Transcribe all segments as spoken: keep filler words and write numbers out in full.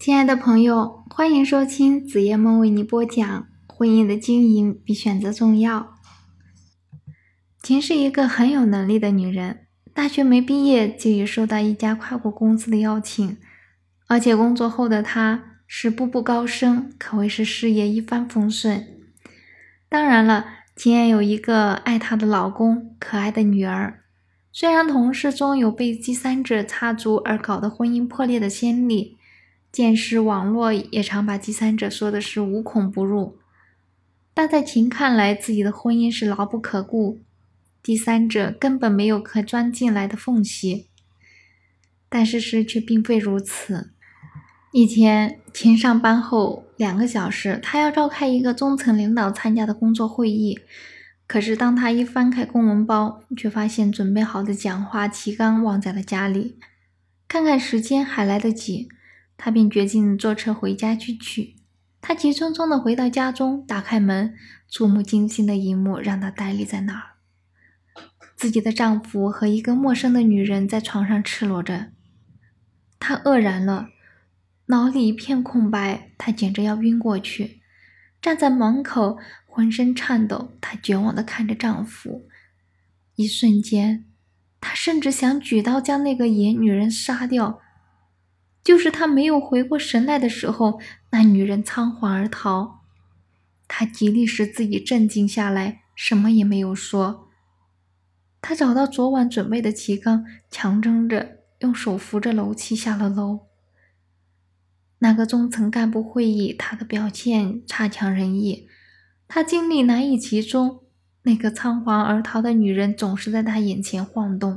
亲爱的朋友，欢迎收听子夜梦为你播讲婚姻的经营比选择重要。秦是一个很有能力的女人，大学没毕业就已收到一家跨国公司的邀请，而且工作后的她是步步高升，可谓是事业一帆风顺。当然了，秦也有一个爱她的老公，可爱的女儿。虽然同事中有被第三者插足而搞得婚姻破裂的先例，见识网络也常把第三者说的是无孔不入，但在秦看来，自己的婚姻是牢不可固，第三者根本没有可钻进来的缝隙。但事实却并非如此。一天，秦上班后两个小时，他要召开一个中层领导参加的工作会议，可是当他一翻开公文包，却发现准备好的讲话提纲忘在了家里。看看时间还来得及，他便决定坐车回家去取。他急匆匆地回到家中，打开门，触目惊心的一幕让他呆立在那儿。自己的丈夫和一个陌生的女人在床上赤裸着。他愕然了，脑里一片空白，他简直要晕过去。站在门口，浑身颤抖，她绝望地看着丈夫。一瞬间，她甚至想举刀将那个野女人杀掉。就是她没有回过神来的时候，那女人仓皇而逃。她极力使自己镇静下来，什么也没有说。她找到昨晚准备的提纲，强撑着用手扶着楼梯下了楼。那个中层干部会议，她的表现差强人意，她精力难以集中，那个仓皇而逃的女人总是在她眼前晃动。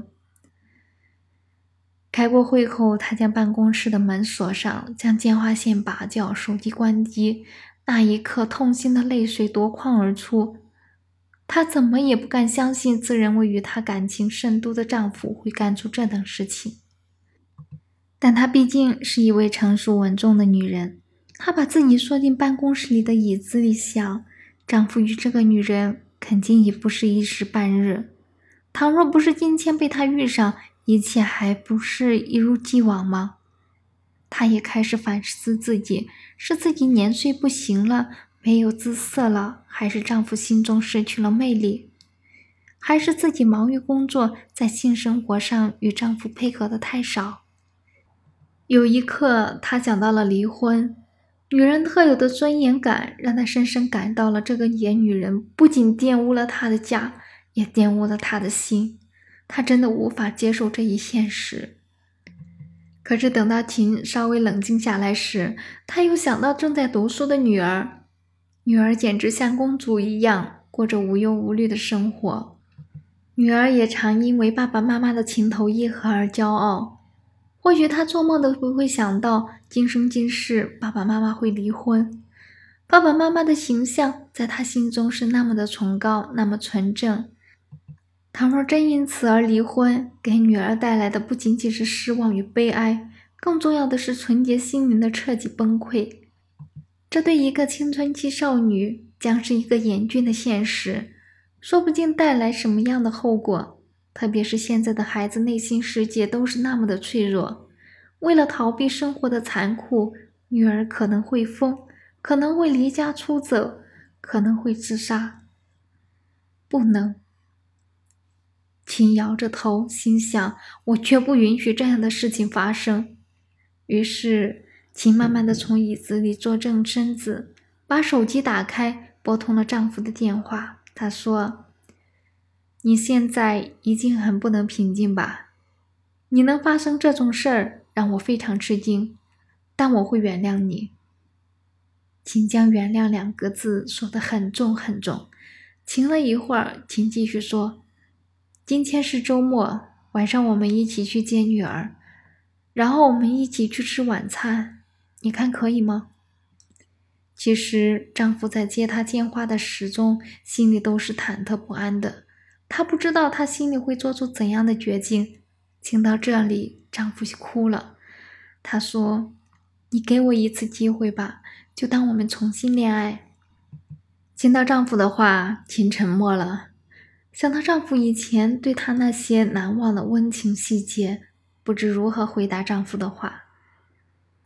开过会后，她将办公室的门锁上，将电话线拔掉，手机关机。那一刻，痛心的泪水夺眶而出。她怎么也不敢相信，自认为与她感情深度的丈夫会干出这等事情。但她毕竟是一位成熟稳重的女人，她把自己缩进办公室里的椅子里，想，丈夫与这个女人肯定已不是一时半日。倘若不是今天被她遇上，一切还不是一如既往吗？她也开始反思自己，是自己年岁不行了，没有姿色了，还是丈夫心中失去了魅力？还是自己忙于工作，在性生活上与丈夫配合的太少？有一刻，她想到了离婚。女人特有的尊严感让她深深感到了，这个野女人不仅玷污了她的家，也玷污了她的心。她真的无法接受这一现实。可是等到秦稍微冷静下来时，她又想到正在读书的女儿。女儿简直像公主一样，过着无忧无虑的生活。女儿也常因为爸爸妈妈的情投意合而骄傲。或许她做梦都不会想到，今生今世爸爸妈妈会离婚。爸爸妈妈的形象在她心中是那么的崇高，那么纯正。倘若真因此而离婚，给女儿带来的不仅仅是失望与悲哀，更重要的是纯洁心灵的彻底崩溃。这对一个青春期少女将是一个严峻的现实，说不定带来什么样的后果。特别是现在的孩子内心世界都是那么的脆弱，为了逃避生活的残酷，女儿可能会疯，可能会离家出走，可能会自杀。不能。秦摇着头，心想，我绝不允许这样的事情发生。于是秦慢慢地从椅子里坐正身子，把手机打开，拨通了丈夫的电话。她说，你现在一定很不能平静吧？你能发生这种事儿，让我非常吃惊，但我会原谅你。秦将原谅两个字说得很重很重。停了一会儿，秦继续说，今天是周末，晚上我们一起去接女儿，然后我们一起去吃晚餐，你看可以吗？其实丈夫在接她电话的时钟，心里都是忐忑不安的。她不知道她心里会做出怎样的决定。听到这里，丈夫哭了。他说，你给我一次机会吧，就当我们重新恋爱。听到丈夫的话，秦沉默了。想到丈夫以前对她那些难忘的温情细节，不知如何回答丈夫的话。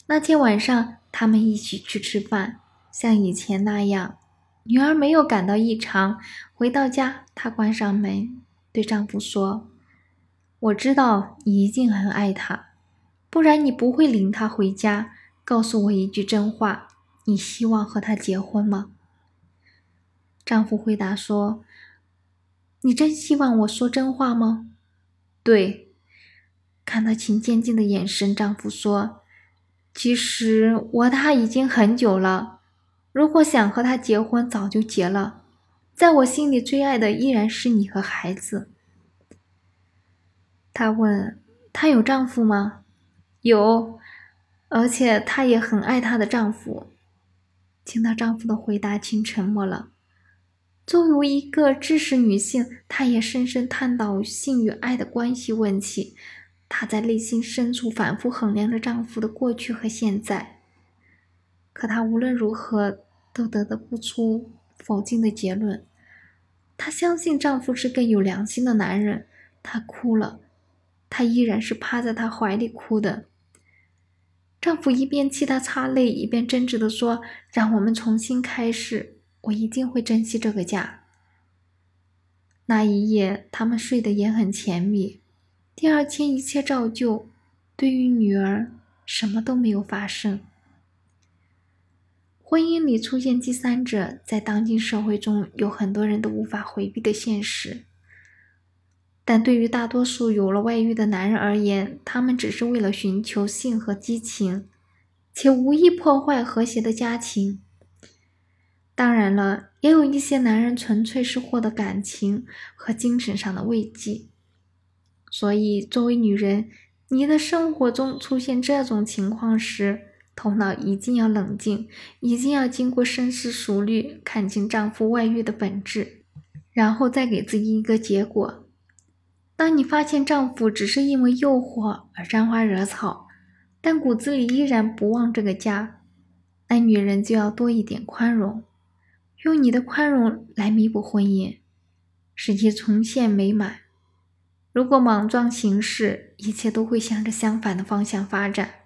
那天晚上，他们一起去吃饭，像以前那样。女儿没有感到异常，回到家，她关上门，对丈夫说：“我知道你一定很爱他，不然你不会领他回家。告诉我一句真话，你希望和他结婚吗？”丈夫回答说：“你真希望我说真话吗？”对。看到秦坚定的眼神，丈夫说：“其实我和他已经很久了，如果想和他结婚，早就结了。在我心里最爱的依然是你和孩子。”她问：“她有丈夫吗？”“有，而且她也很爱她的丈夫。”听到丈夫的回答，秦沉默了。作为一个知识女性，她也深深探讨性与爱的关系问题。她在内心深处反复衡量着丈夫的过去和现在，可她无论如何都得得不出否定的结论。她相信丈夫是个有良心的男人。她哭了，她依然是趴在他怀里哭的。丈夫一边替她擦泪，一边真挚地说：“让我们重新开始，我一定会珍惜这个家。”那一夜，他们睡得也很甜蜜。第二天一切照旧，对于女儿，什么都没有发生。婚姻里出现第三者，在当今社会中有很多人都无法回避的现实。但对于大多数有了外遇的男人而言，他们只是为了寻求性和激情，且无意破坏和谐的家庭。当然了，也有一些男人纯粹是获得感情和精神上的慰藉。所以，作为女人，你的生活中出现这种情况时，头脑一定要冷静，一定要经过深思熟虑，看清丈夫外遇的本质，然后再给自己一个结果。当你发现丈夫只是因为诱惑而沾花惹草，但骨子里依然不忘这个家，那女人就要多一点宽容，用你的宽容来弥补婚姻，使其重现美满。如果莽撞行事，一切都会向着相反的方向发展。